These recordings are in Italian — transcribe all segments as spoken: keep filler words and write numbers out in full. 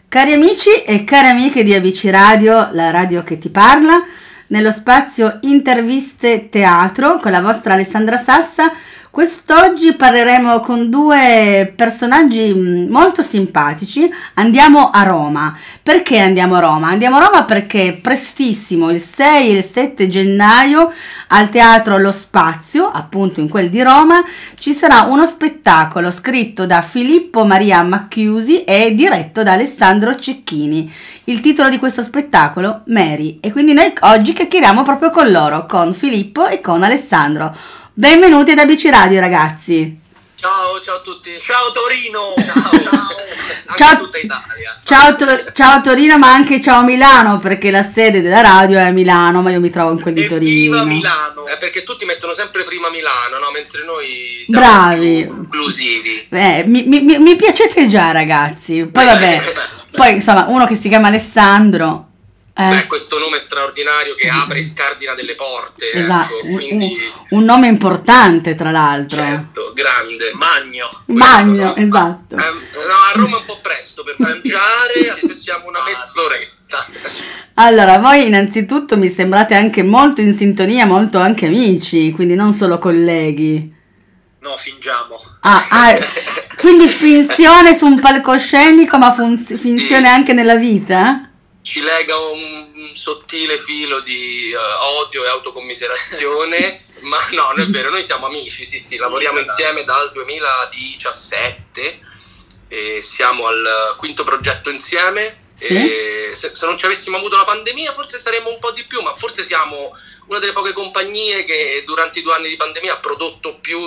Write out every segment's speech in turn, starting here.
Cari amici e cari amiche di A B C Radio, la radio che ti parla, nello spazio Interviste Teatro con la vostra Alessandra Sassa, quest'oggi parleremo con due personaggi molto simpatici. Andiamo a Roma. Perché andiamo a Roma? Andiamo a Roma perché prestissimo, il sei e il sette gennaio, al Teatro Lo Spazio, appunto in quel di Roma, ci sarà uno spettacolo scritto da Filippo Maria Macchiusi e diretto da Alessandro Cecchini. Il titolo di questo spettacolo, Mary, e quindi noi oggi chiacchieriamo proprio con loro, con Filippo e con Alessandro. Benvenuti ad A B C Radio, ragazzi. Ciao, ciao a tutti. Ciao Torino. Ciao, ciao. Anche Ciao, tutta Italia. Ciao, to- ciao Torino, ma anche ciao Milano, perché la sede della radio è a Milano, ma io mi trovo in quel di Torino. Viva Milano. Eh, perché tutti mettono sempre prima Milano, no? Mentre noi siamo bravi, più inclusivi. Eh, mi, mi, mi piacete già, ragazzi. Poi vabbè, poi insomma, uno che si chiama Alessandro. Eh. Beh, questo nome straordinario che apre e scardina delle porte. Esatto, Ecco, quindi... un, un nome importante, tra l'altro. Certo, grande. Magno. Magno, no? esatto. Eh, no, a Roma è un po' presto per mangiare, aspettiamo una mezz'oretta. Allora, voi innanzitutto mi sembrate anche molto in sintonia, molto anche amici, quindi non solo colleghi. No, fingiamo. Ah, ah, quindi finzione su un palcoscenico, ma fun- finzione sì. Anche nella vita? Ci lega un, un sottile filo di uh, odio e autocommiserazione, ma no, non è vero, noi siamo amici, sì, sì, sì, lavoriamo insieme dal duemiladiciassette, e siamo al quinto progetto insieme, sì? E se, se non ci avessimo avuto la pandemia forse saremmo un po' di più, ma forse siamo una delle poche compagnie che durante i due anni di pandemia ha prodotto più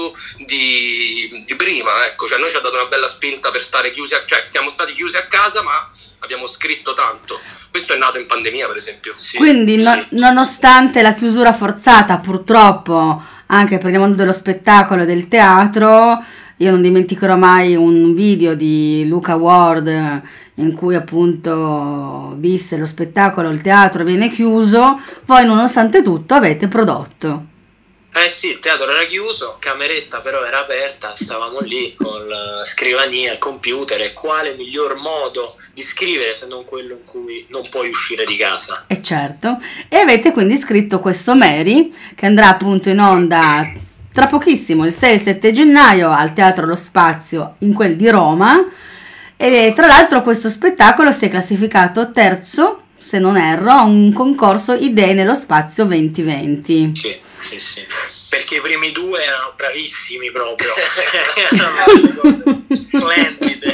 di, di prima, ecco, cioè noi ci ha dato una bella spinta per stare chiusi, a, cioè siamo stati chiusi a casa, ma abbiamo scritto tanto. Questo è nato in pandemia, per esempio. Sì, quindi no, sì. Nonostante la chiusura forzata, purtroppo, anche per il mondo dello spettacolo e del teatro, io non dimenticherò mai un video di Luca Ward in cui appunto disse: lo spettacolo, il teatro viene chiuso, voi nonostante tutto avete prodotto. Eh sì, il teatro era chiuso, cameretta però era aperta, stavamo lì con la scrivania, il computer, e quale miglior modo di scrivere se non quello in cui non puoi uscire di casa? E certo, e avete quindi scritto questo Mary, che andrà appunto in onda tra pochissimo, il sei e sette gennaio, al Teatro Lo Spazio, in quel di Roma, e tra l'altro questo spettacolo si è classificato terzo, se non erro, a un concorso Idee nello Spazio duemilaventi. Sì, sì, sì. Perché i primi due erano bravissimi proprio. Erano splendide.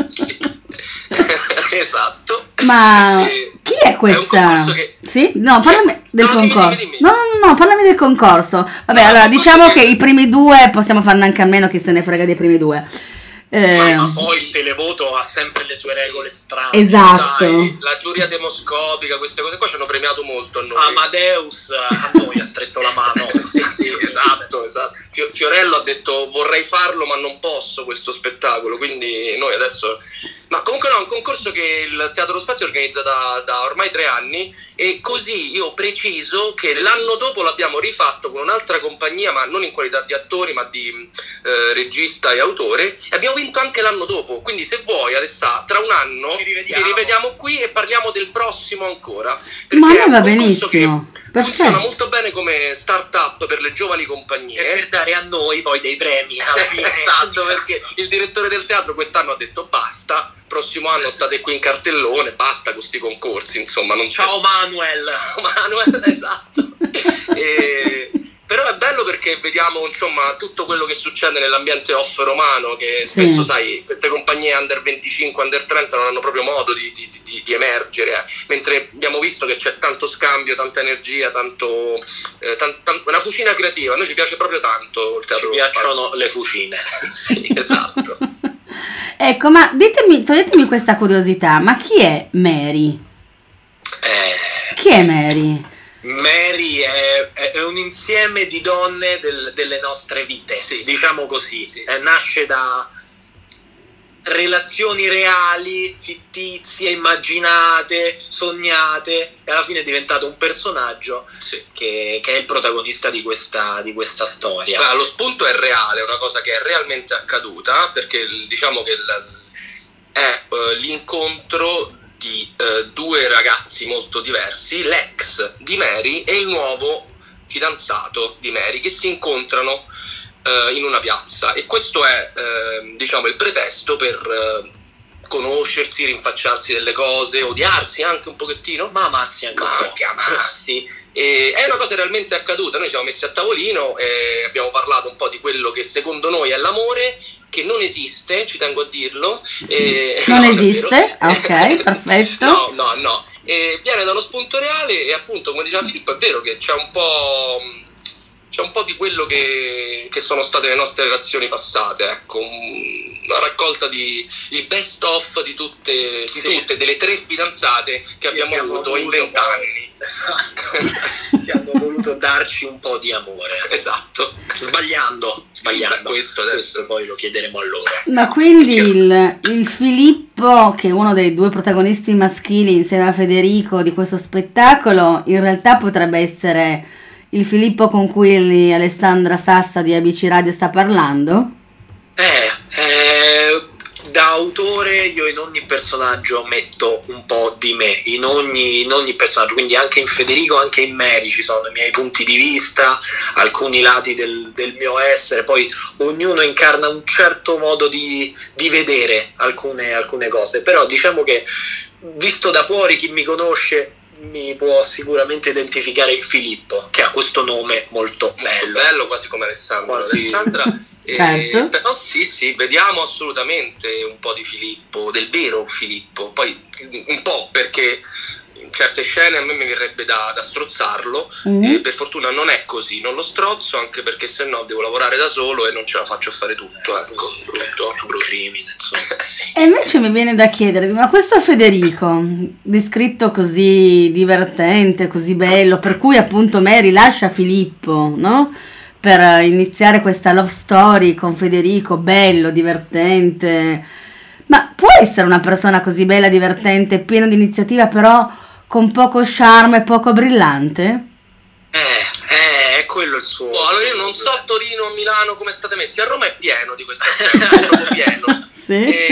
Esatto. Ma chi è questa? È che... Sì? No, parlami del no, concorso. Dimmi, dimmi, dimmi. No, no, no, parlami del concorso. Vabbè, no, allora diciamo che... che i primi due possiamo farne anche a meno, chi se ne frega dei primi due. Eh, ma poi il televoto ha sempre le sue regole strane. Esatto. Sai, la giuria demoscopica, queste cose qua ci hanno premiato molto a noi. Amadeus a noi ha stretto la mano. Sì, sì, esatto, esatto. Fiorello ha detto: vorrei farlo ma non posso questo spettacolo, quindi noi adesso... Ma comunque no, è un concorso che il Teatro Lo Spazio organizza da, da ormai tre anni, e così io preciso che l'anno dopo l'abbiamo rifatto con un'altra compagnia, ma non in qualità di attori ma di eh, regista e autore, e abbiamo vinto anche l'anno dopo. Quindi se vuoi Alessà, tra un anno ci rivediamo, ci rivediamo qui e parliamo del prossimo ancora, ma a me va benissimo. Funziona molto bene come start-up per le giovani compagnie e per dare a noi poi dei premi alla fine. Esatto, perché il direttore del teatro quest'anno ha detto basta, prossimo anno state qui in cartellone, basta con sti concorsi, insomma non ciao Manuel. Ciao Manuel, esatto. E... però è bello perché vediamo insomma tutto quello che succede nell'ambiente off romano, che sì. Spesso sai, queste compagnie under venticinque, under trenta non hanno proprio modo di, di, di, di emergere, eh. Mentre abbiamo visto che c'è tanto scambio, tanta energia, tanto eh, tan, tan, una fucina creativa. A noi ci piace proprio tanto il teatro. Ci piacciono le fucine. Sì, esatto. Ecco, ma ditemi, toglietemi questa curiosità, ma chi è Mary? Eh... Chi è Mary? Mary è, è un insieme di donne del, delle nostre vite, sì. Diciamo così, sì. Eh, nasce da relazioni reali, fittizie, immaginate, sognate, e alla fine è diventato un personaggio sì. che, che è il protagonista di questa, di questa storia. Ah, lo spunto è reale, è una cosa che è realmente accaduta, perché diciamo che il, è uh, l'incontro di uh, due ragazzi molto diversi, l'ex di Mary e il nuovo fidanzato di Mary, che si incontrano uh, in una piazza, e questo è uh, diciamo il pretesto per uh, conoscersi, rinfacciarsi delle cose, odiarsi anche un pochettino, ma amarsi anche, ma anche amarsi. E è una cosa realmente accaduta. Noi siamo messi a tavolino e abbiamo parlato un po' di quello che secondo noi è l'amore, che non esiste, ci tengo a dirlo. Sì, e, non no, esiste? Ok, perfetto. No, no, no. E viene dallo spunto reale, e appunto, come diceva Filippo, è vero che c'è un po'... c'è un po' di quello che, che sono state le nostre relazioni passate, ecco, una raccolta di il best of di tutte, di sì. tutte delle tre fidanzate che, che abbiamo, abbiamo avuto in vent'anni. Che hanno voluto darci un po' di amore. Esatto. Sbagliando, sbagliando. Beh, questo adesso questo poi lo chiederemo a loro. Ma quindi il, il Filippo, che è uno dei due protagonisti maschili insieme a Federico di questo spettacolo, in realtà potrebbe essere il Filippo con cui Alessandra Sassa di A B C Radio sta parlando? Eh, eh, da autore io in ogni personaggio metto un po' di me, in ogni, in ogni personaggio, quindi anche in Federico, anche in Mary ci sono i miei punti di vista, alcuni lati del, del mio essere, poi ognuno incarna un certo modo di, di vedere alcune, alcune cose, però diciamo che visto da fuori, chi mi conosce mi può sicuramente identificare in Filippo, che ha questo nome molto bello, molto bello, quasi come Alessandro. Quasi. Alessandra, eh, certo. Però sì, sì, vediamo assolutamente un po' di Filippo, del vero Filippo, poi un po' perché in certe scene a me mi verrebbe da, da strozzarlo, mm. e per fortuna non è così, non lo strozzo, anche perché se no devo lavorare da solo e non ce la faccio a fare tutto, ecco, brutto, brutto crimine, insomma. E invece mi viene da chiedervi, ma questo Federico, descritto così divertente, così bello, per cui appunto Mary lascia Filippo, no? Per iniziare questa love story con Federico, bello, divertente, ma può essere una persona così bella, divertente, piena di iniziativa, però con poco charme, poco brillante? Eh, eh, è quello il suo. Oh, allora io non so a Torino o Milano come state messi, a Roma è pieno di questa gente, è proprio pieno. Sì.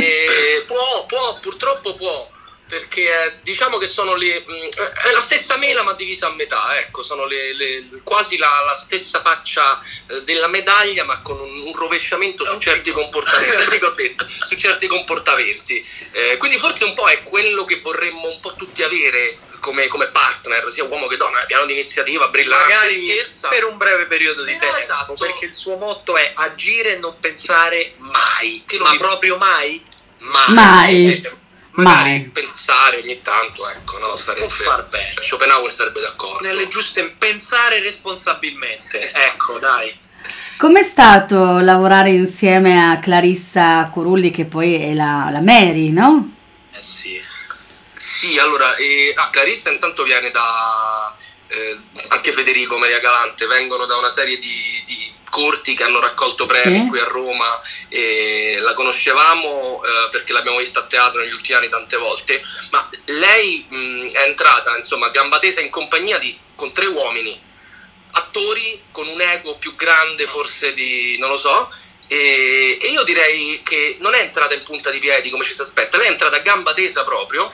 E può, può, purtroppo può, perché eh, diciamo che sono le mh, è la stessa mela ma divisa a metà, ecco, sono le, le quasi la, la stessa faccia eh, della medaglia, ma con un, un rovesciamento su certi comportamenti, ho detto, su certi comportamenti. Eh, quindi forse un po' è quello che vorremmo un po' tutti avere come, come partner, sia uomo che donna, piano di iniziativa, brillante, magari scherza per un breve periodo di eh, tempo, esatto. Perché il suo motto è agire e non pensare mai, che ma mi... proprio mai? Mai. Mai. Eh, magari mai. Pensare ogni tanto, ecco, no, può far bene. Cioè, Schopenhauer sarebbe d'accordo. Nelle giuste, pensare responsabilmente. Esatto. Ecco, dai. Com'è stato lavorare insieme a Clarissa Curulli, che poi è la, la Mary, no? Eh sì. Sì, allora, eh, ah, Clarissa intanto viene da, eh, anche Federico, Maria Galante, vengono da una serie di, di corti che hanno raccolto premi sì. qui a Roma, e la conoscevamo eh, perché l'abbiamo vista a teatro negli ultimi anni tante volte, ma lei mh, è entrata, insomma, a gamba tesa in compagnia di, con tre uomini, attori con un ego più grande forse di, non lo so, e, e io direi che non è entrata in punta di piedi come ci si aspetta, lei è entrata a gamba tesa proprio,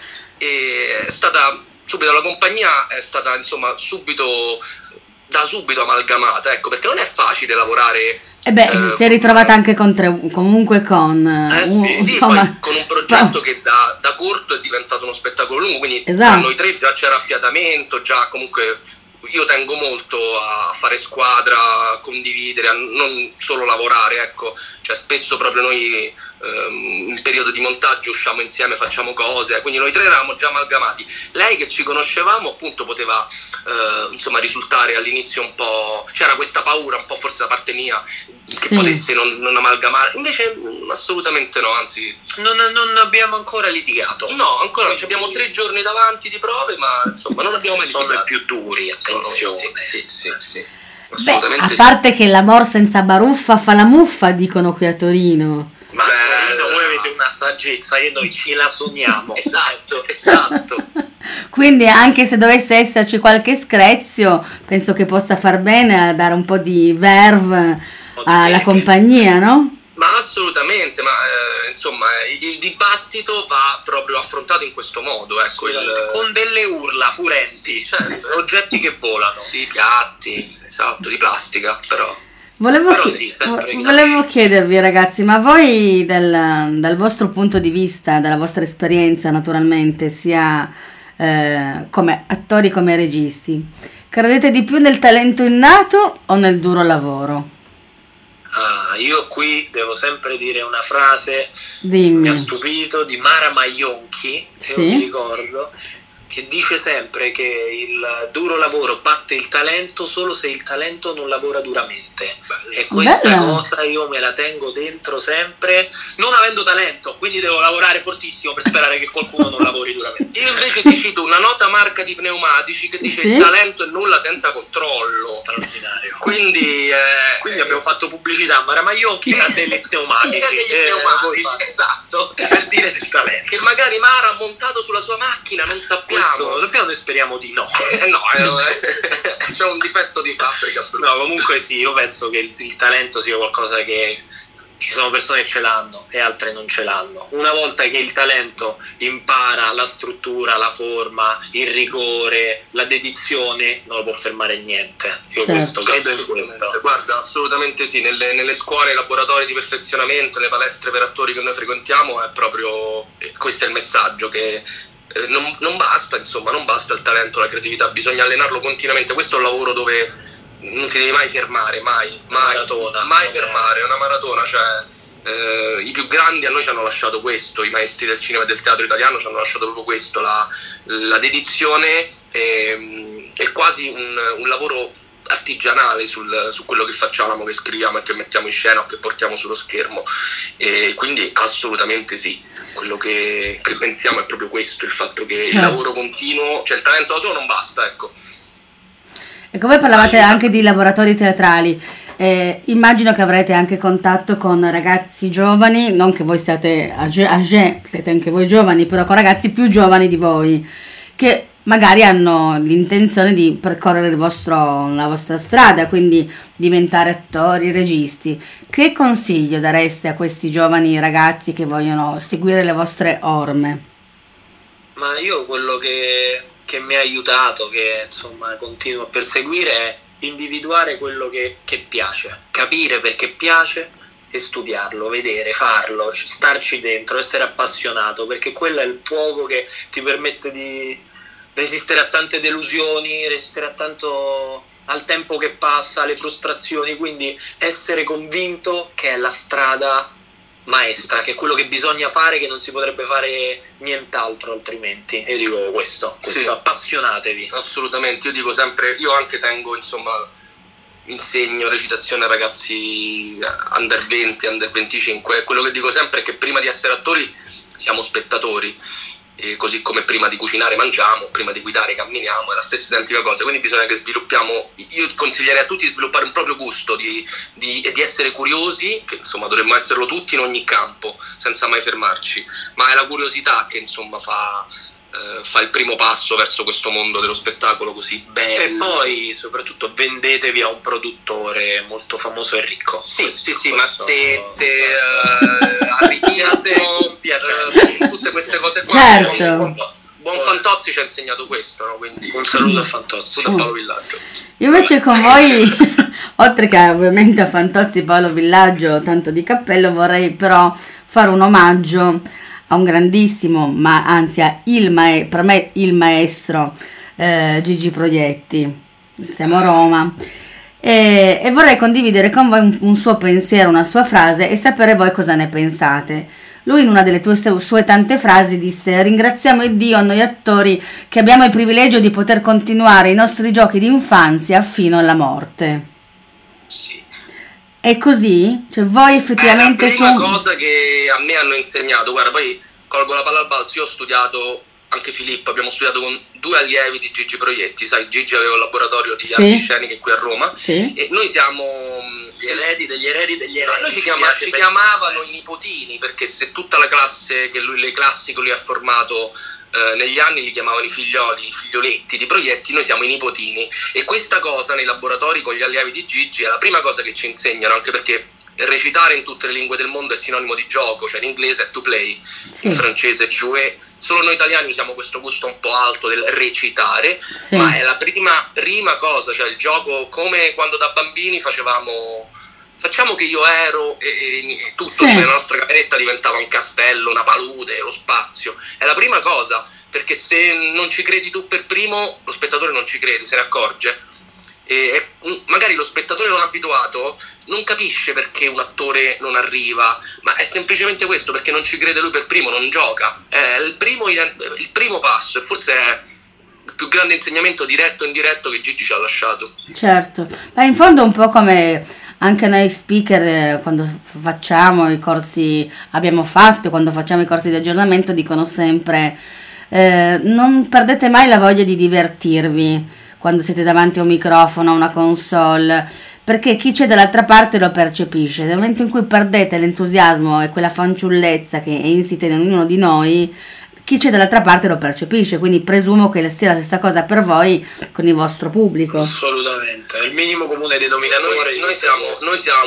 e è stata subito, la compagnia è stata insomma subito, da subito amalgamata, ecco, perché non è facile lavorare. E beh, eh, si è ritrovata anche con tre, comunque con eh, un, sì, sì, insomma, poi con un progetto che da, da corto è diventato uno spettacolo lungo, quindi esatto. tra noi tre già c'era affiatamento, già comunque io tengo molto a fare squadra, a condividere, a non solo lavorare, ecco, cioè spesso proprio noi ehm, in periodo di montaggio usciamo insieme, facciamo cose, quindi noi tre eravamo già amalgamati. Lei, che ci conoscevamo, appunto poteva eh, insomma risultare all'inizio un po', c'era questa paura un po' forse da parte mia che sì. potesse non, non amalgamare, invece assolutamente no, anzi non, non abbiamo ancora litigato. No, ancora non, abbiamo tre giorni davanti di prove, ma insomma non abbiamo mai litigato. Sono i più duri, attenzione. Sì, sì, sì, sì. Beh, a parte sì. che l'amor senza baruffa fa la muffa, dicono qui a Torino. Ma a Torino voi avete una saggezza che noi ce la sogniamo. Esatto, esatto. Quindi anche se dovesse esserci qualche screzio, penso che possa far bene a dare un po' di verve alla compagnia, no? Ma assolutamente, ma eh, insomma il, il dibattito va proprio affrontato in questo modo, ecco, sì, il... con delle urla furenti, sì, certo. oggetti che volano. Sì, piatti, esatto, di plastica, però... Volevo, Però chi- sì, sempre vo- volevo grafici. chiedervi ragazzi, ma voi dal, dal vostro punto di vista, dalla vostra esperienza naturalmente, sia eh, come attori come registi, credete di più nel talento innato o nel duro lavoro? Ah, io qui devo sempre dire una frase che Dimmi. mi ha stupito di Mara Maionchi, se Sì. non mi ricordo, che dice sempre che il duro lavoro batte il talento solo se il talento non lavora duramente. E questa Bella. cosa io me la tengo dentro sempre, non avendo talento, quindi devo lavorare fortissimo per sperare che qualcuno non lavori duramente. Io invece ti cito una nota marca di pneumatici che dice Sì. il talento è nulla senza controllo. Straordinario. Quindi, eh, Quindi abbiamo fatto pubblicità a Mara Maionchi a degli pneumatici, degli eh, pneumatici, voi fate. esatto. Per dire del talento. Che magari Mara ha montato sulla sua macchina, non sappiamo. Questo lo sappiamo, noi speriamo di no. Eh, no, eh, c'è un difetto di fabbrica. No, comunque sì, io penso che il, il talento sia qualcosa che ci sono persone che ce l'hanno e altre non ce l'hanno. Una volta che il talento impara la struttura, la forma, il rigore, la dedizione, non lo può fermare niente. Io Certo. questo credo in questo. Guarda, assolutamente sì, nelle, nelle scuole, laboratori di perfezionamento, le palestre per attori che noi frequentiamo, è proprio eh, questo è il messaggio, che eh, non, non basta, insomma, non basta il talento, la creatività, bisogna allenarlo continuamente. Questo è un lavoro dove non ti devi mai fermare, mai, mai, maratona. mai fermare, è una maratona, cioè eh, i più grandi a noi ci hanno lasciato questo, i maestri del cinema e del teatro italiano ci hanno lasciato proprio questo, la, la dedizione e, è quasi un, un lavoro artigianale sul, su quello che facciamo, che scriviamo e che mettiamo in scena o che portiamo sullo schermo, e quindi assolutamente sì, quello che, che pensiamo è proprio questo, il fatto che Certo. il lavoro continuo, cioè il talento da solo non basta, ecco. Ecco, voi parlavate anche di laboratori teatrali, eh, immagino che avrete anche contatto con ragazzi giovani, non che voi siate âgé, âgé, siete anche voi giovani, però con ragazzi più giovani di voi, che magari hanno l'intenzione di percorrere il vostro, la vostra strada, quindi diventare attori, registi. Che consiglio dareste a questi giovani ragazzi che vogliono seguire le vostre orme? Ma io quello che, che mi ha aiutato, che insomma continuo a perseguire, è individuare quello che, che piace, capire perché piace e studiarlo, vedere, farlo, starci dentro, essere appassionato, perché quello è il fuoco che ti permette di resistere a tante delusioni, resistere a tanto al tempo che passa, alle frustrazioni, quindi essere convinto che è la strada maestra, che è quello che bisogna fare, che non si potrebbe fare nient'altro altrimenti. E io dico questo, questo Sì. appassionatevi. Assolutamente, io dico sempre, io anche tengo, insomma, insegno recitazione a ragazzi under venti, under venticinque, quello che dico sempre è che prima di essere attori siamo spettatori, e così come prima di cucinare mangiamo, prima di guidare camminiamo, è la stessa identica cosa, quindi bisogna che sviluppiamo, io consiglierei a tutti di sviluppare un proprio gusto, di, di, di essere curiosi, che insomma dovremmo esserlo tutti in ogni campo, senza mai fermarci, ma è la curiosità che insomma fa, eh, fa il primo passo verso questo mondo dello spettacolo così bello. E poi soprattutto vendetevi a un produttore molto famoso e ricco. Sì, Questo- sì, sì, questo- mazzette, eh, arricchissimo, Piacere. eh, tutte queste cose qua. Certo. Buon, buon, buon Fantozzi ci ha insegnato questo, no? Quindi Un saluto a Fantozzi. tutto a Paolo Villaggio. Io invece con voi, oltre che ovviamente a Fantozzi, Paolo Villaggio, tanto di cappello, vorrei però fare un omaggio a un grandissimo, ma anzi a il mae- per me il maestro eh, Gigi Proietti. Siamo a Roma. E, e vorrei condividere con voi un, un suo pensiero, una sua frase e sapere voi cosa ne pensate. Lui in una delle tue, sue tante frasi disse: ringraziamo Dio noi attori che abbiamo il privilegio di poter continuare i nostri giochi di infanzia fino alla morte. Sì. È così? Cioè voi effettivamente è la prima su- cosa che a me hanno insegnato, guarda, poi colgo la palla al balzo, io ho studiato, anche Filippo, abbiamo studiato con due allievi di Gigi Proietti, sai, Gigi aveva il laboratorio di Sì. arti sceniche qui a Roma, Sì. e noi siamo... Gli eredi degli eredi degli No, eredi. noi ci, Mi chiama- piace ci pensare. chiamavano i nipotini, perché se tutta la classe che lui, le classi che lui ha formato eh, negli anni li chiamavano i figlioli, i figlioletti di Proietti, noi siamo i nipotini, e questa cosa nei laboratori con gli allievi di Gigi è la prima cosa che ci insegnano, anche perché recitare in tutte le lingue del mondo è sinonimo di gioco, cioè in inglese è to play, sì. In francese jouer, solo noi italiani usiamo questo gusto un po' alto del recitare, sì. Ma è la prima, prima cosa, cioè il gioco come quando da bambini facevamo, facciamo che io ero e, e tutto, sì. Nella nostra cameretta diventava un castello, una palude, lo spazio, è la prima cosa, perché se non ci credi tu per primo, lo spettatore non ci crede, se ne accorge. E magari lo spettatore non abituato non capisce perché un attore non arriva, ma è semplicemente questo, perché non ci crede lui per primo, non gioca. È il primo, il primo passo, e forse è il più grande insegnamento diretto e indiretto che Gigi ci ha lasciato. Certo, ma in fondo è un po' come anche noi speaker, quando facciamo i corsi, abbiamo fatto, quando facciamo i corsi di aggiornamento, dicono sempre eh, non perdete mai la voglia di divertirvi quando siete davanti a un microfono, a una console, perché chi c'è dall'altra parte lo percepisce. Nel momento in cui perdete l'entusiasmo e quella fanciullezza che è insita in ognuno di noi, chi c'è dall'altra parte lo percepisce, quindi presumo che sia la stessa cosa per voi con il vostro pubblico. Assolutamente, è il minimo comune denominatore. Noi, noi siamo, noi siamo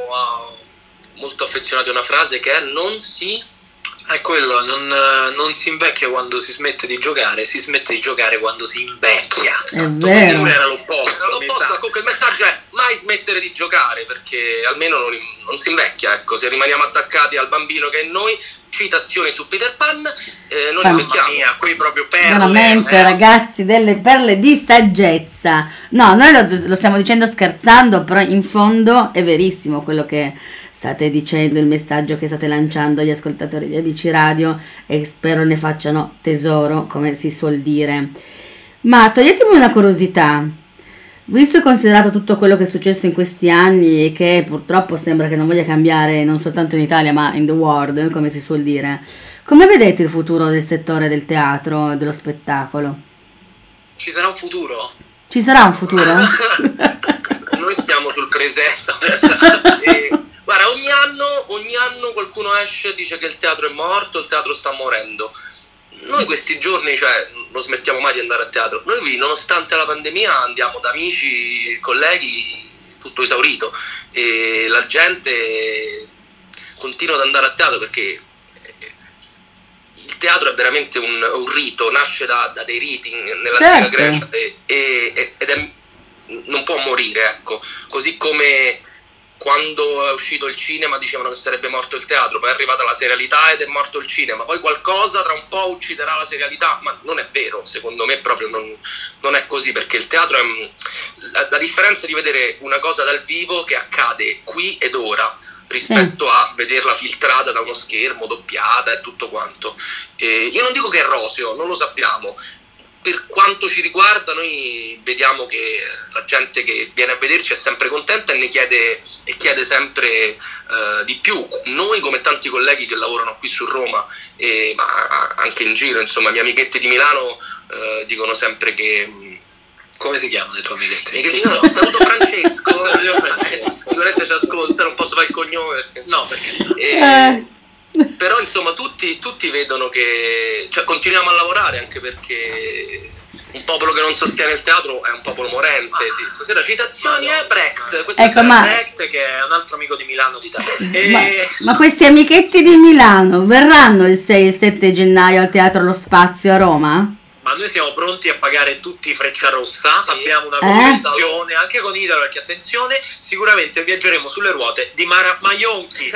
uh, molto affezionati a una frase che è non si... È quello, non, non si invecchia quando si smette di giocare, si smette di giocare quando si invecchia. È vero. Era l'opposto. Era l'opposto, comunque il messaggio è mai smettere di giocare, perché almeno non, non si invecchia, ecco, se rimaniamo attaccati al bambino che è noi, citazioni su Peter Pan, eh, non invecchiamo. Mia, qui proprio perle. Veramente, eh. Ragazzi, delle perle di saggezza. No, noi lo, lo stiamo dicendo scherzando, però in fondo è verissimo quello che state dicendo, il messaggio che state lanciando agli ascoltatori di A B C Radio, e spero ne facciano tesoro, come si suol dire. Ma toglietemi una curiosità, visto e considerato tutto quello che è successo in questi anni e che purtroppo sembra che non voglia cambiare non soltanto in Italia ma in the world, come si suol dire, come vedete il futuro del settore del teatro e dello spettacolo? Ci sarà un futuro? Ci sarà un futuro? Noi stiamo sul presetto. e... Guarda, ogni anno, ogni anno qualcuno esce e dice che il teatro è morto, il teatro sta morendo. Noi questi giorni, cioè, non smettiamo mai di andare a teatro. Noi qui, nonostante la pandemia, andiamo da amici, colleghi, tutto esaurito. E la gente continua ad andare a teatro perché il teatro è veramente un, un rito, nasce da, da dei riti nell'antica certo. Grecia e, e, ed è, non può morire, ecco. Così come... quando è uscito il cinema dicevano che sarebbe morto il teatro, poi è arrivata la serialità ed è morto il cinema, poi qualcosa tra un po' ucciderà la serialità, ma non è vero, secondo me proprio non, non è così, perché il teatro è la, la differenza di vedere una cosa dal vivo che accade qui ed ora rispetto a vederla filtrata da uno schermo, doppiata e tutto quanto. E io non dico che è roseo, non lo sappiamo. Per quanto ci riguarda, noi vediamo che la gente che viene a vederci è sempre contenta e ne chiede, e chiede sempre eh, di più. Noi, come tanti colleghi che lavorano qui su Roma, e, ma anche in giro, insomma, i miei amichetti di Milano eh, dicono sempre che... Come si chiamano le tue amichetti? Amichetti, no, saluto Francesco. Sicuramente ci ascolta, non posso fare il cognome. Perché, no, perché... E, Eh. Però insomma tutti, tutti vedono che, cioè, continuiamo a lavorare, anche perché un popolo che non sostiene il teatro è un popolo morente. Ah. Stasera citazioni è Brecht, questo ecco, ma... Brecht, che è un altro amico di Milano d'Italia. E... ma, ma questi amichetti di Milano verranno il sei e il sette gennaio al Teatro Lo Spazio a Roma? Ma noi siamo pronti a pagare tutti Frecciarossa, sì. Abbiamo una eh? convenzione anche con Italo, perché attenzione, sicuramente viaggeremo sulle ruote di Mara Maionchi.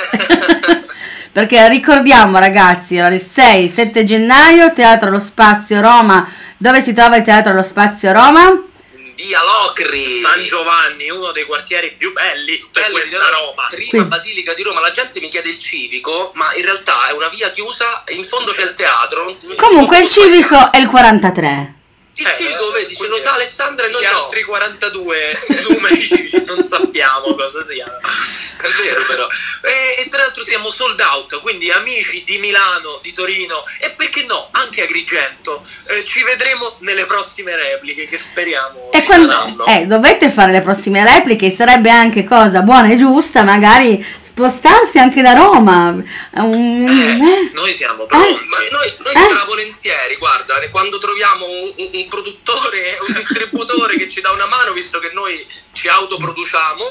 Perché ricordiamo, ragazzi, il sei e sette gennaio, Teatro Lo Spazio Roma. Dove si trova il Teatro Lo Spazio Roma? Via Locri, San Giovanni, uno dei quartieri più belli per questa Roma. Prima Quindi. Basilica di Roma, la gente mi chiede il civico, ma in realtà è una via chiusa e in fondo c'è il teatro. Comunque il civico è il quarantatré. Sì, il civico, vedi, ce lo sa Alessandra e noi gli no. altri quarantadue numeri civici non sappiamo cosa siano. È vero però. E, e tra l'altro siamo sold out, quindi amici di Milano, di Torino e perché no, anche Agrigento, eh, ci vedremo nelle prossime repliche che speriamo E ci quando saranno. eh, dovete fare le prossime repliche, sarebbe anche cosa buona e giusta magari spostarsi anche da Roma. Um, Eh, eh. noi siamo pronti. Ma noi, noi Eh? siamo volentieri, guarda, quando troviamo un, un- un produttore, un distributore che ci dà una mano, visto che noi ci autoproduciamo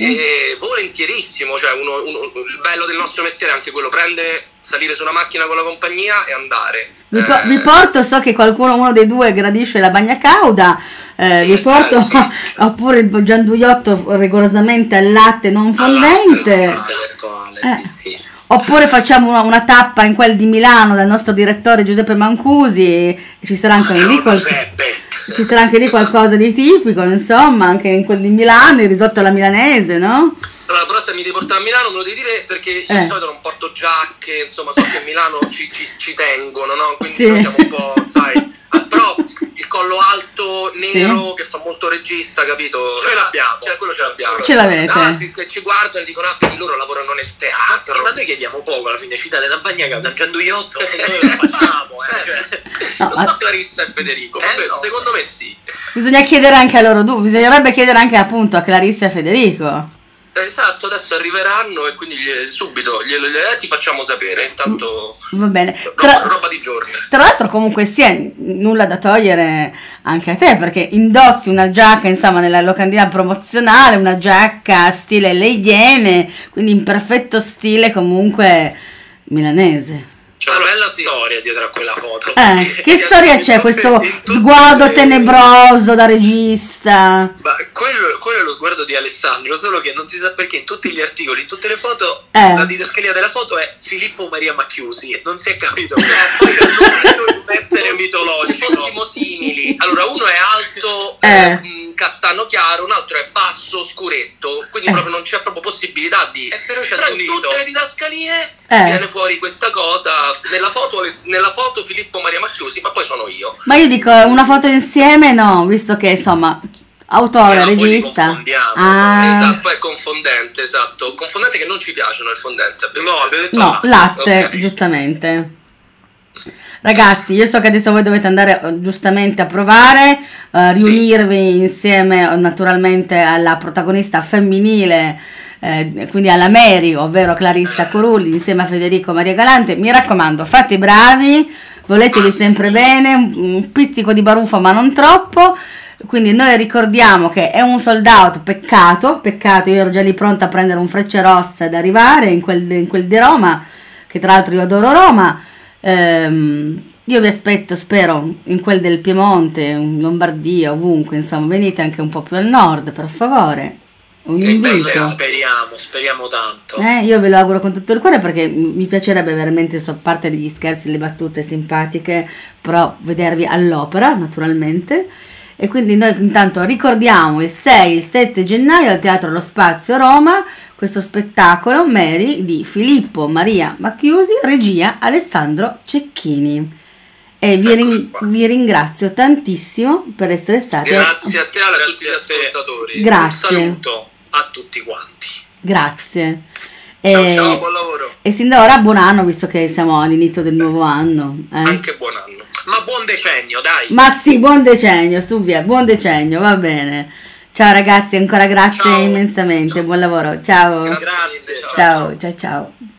e volentierissimo, cioè uno, uno, il bello del nostro mestiere è anche quello, prendere, salire su una macchina con la compagnia e andare. Vi, po- Eh, vi porto, so che qualcuno, uno dei due gradisce la bagna cauda, eh, Sì, vi porto eh, sì. oppure il gianduiotto rigorosamente al latte non fondente. Questo è eventuale, Eh. sì, sì. Oppure facciamo una, una tappa in quel di Milano dal nostro direttore Giuseppe Mancusi e ci sarà anche lì, Buongiorno, qual- Giuseppe. ci sarà anche lì qualcosa di tipico, insomma, anche in quel di Milano, il risotto alla milanese, no? Allora, però se mi devi portare a Milano me lo devi dire, perché io Eh. di solito non porto giacche, insomma, so che a Milano ci, ci, ci tengono, no? Quindi Sì. noi siamo un po', sai, ah, però il collo alto, nero, Sì. che fa molto regista, capito? Ce l'abbiamo. Cioè, quello ce l'abbiamo. Ce l'avete. Ah, che, che ci guardano e dicono, ah, vedi, loro lavorano nel Ma, sì, teatro. ma noi chiediamo poco alla fine, ci date una bagna cauda, un gianduiotto e noi lo facciamo, eh. Cioè, No, Non so ma Clarissa e Federico, Eh, vabbè, no. secondo me sì. bisogna chiedere anche a loro due, bisognerebbe chiedere anche appunto a Clarissa e Federico. Esatto, adesso arriveranno e quindi gli- subito glielo- glielo- ti facciamo sapere, intanto Va bene. roba, Tra, roba di giorni. tra l'altro comunque sia nulla da togliere anche a te, perché indossi una giacca, insomma, nella locandina promozionale, una giacca stile Le Iene, quindi in perfetto stile comunque milanese. c'è una Allora, bella sì. storia dietro a quella foto. Eh, che storia c'è questo In tutte sguardo le- tenebroso da regista? Ma quello, quello è lo sguardo di Alessandro, solo che non si sa perché in tutti gli articoli, in tutte le foto, Eh. la didascalia della foto è Filippo Maria Macchiusi, non si è capito. Cioè, poi c'è il nome di un essere Se mitologico. fossimo simili, allora uno è alto, Eh. eh, mh, castano chiaro, un altro è basso, scuretto, quindi Eh. proprio non c'è proprio possibilità di... Eh, però c'è Però un in dito. tutte le didascalie Eh. viene fuori questa cosa, nella foto, nella foto Filippo Maria Macchiusi, ma poi sono io. Ma io dico una foto insieme no, visto che insomma autore, Eh, ma poi li regista. confondiamo, Ah, Esatto, poi è confondente, esatto. Confondente che non ci piacciono il fondente. abbiamo No, detto. abbiamo detto no, latte. latte, Ok. giustamente. Ragazzi, io so che adesso voi dovete andare eh, giustamente a provare, eh, riunirvi insieme eh, naturalmente alla protagonista femminile, eh, quindi alla Mary, ovvero Clarissa Corulli, insieme a Federico Maria Galante. Mi raccomando, fate i bravi, voletevi sempre bene, un, un pizzico di baruffa ma non troppo. Quindi noi ricordiamo che è un sold out, peccato, peccato, io ero già lì pronta a prendere un Frecce Rosse ad arrivare in quel, in quel di Roma, che tra l'altro io adoro Roma. Ehm, io vi aspetto, spero, in quel del Piemonte, in Lombardia, ovunque, insomma, venite anche un po' più al nord, per favore. Un Che bello, invito. Speriamo, speriamo tanto. Eh, io ve lo auguro con tutto il cuore perché m- mi piacerebbe veramente, so, a parte degli scherzi, le battute simpatiche, però vedervi all'opera, naturalmente. E quindi noi intanto ricordiamo il sei e il sette gennaio al Teatro Lo Spazio Roma questo spettacolo Mary di Filippo Maria Macchiusi, regia Alessandro Cecchini. E vi, rin- vi ringrazio tantissimo per essere stati. Grazie a te e a Grazie tutti gli a te. ascoltatori. Grazie. Un saluto a tutti quanti. Grazie. Ciao, E, ciao, buon lavoro. e sin da ora buon anno, visto che siamo all'inizio del nuovo anno. eh. Anche buon anno. Ma buon decennio, dai. Ma sì, buon decennio, su via, buon decennio, va bene. Ciao ragazzi, ancora grazie Ciao. immensamente, buon lavoro. Ciao. Grazie. Grazie. Ciao, ciao, ciao.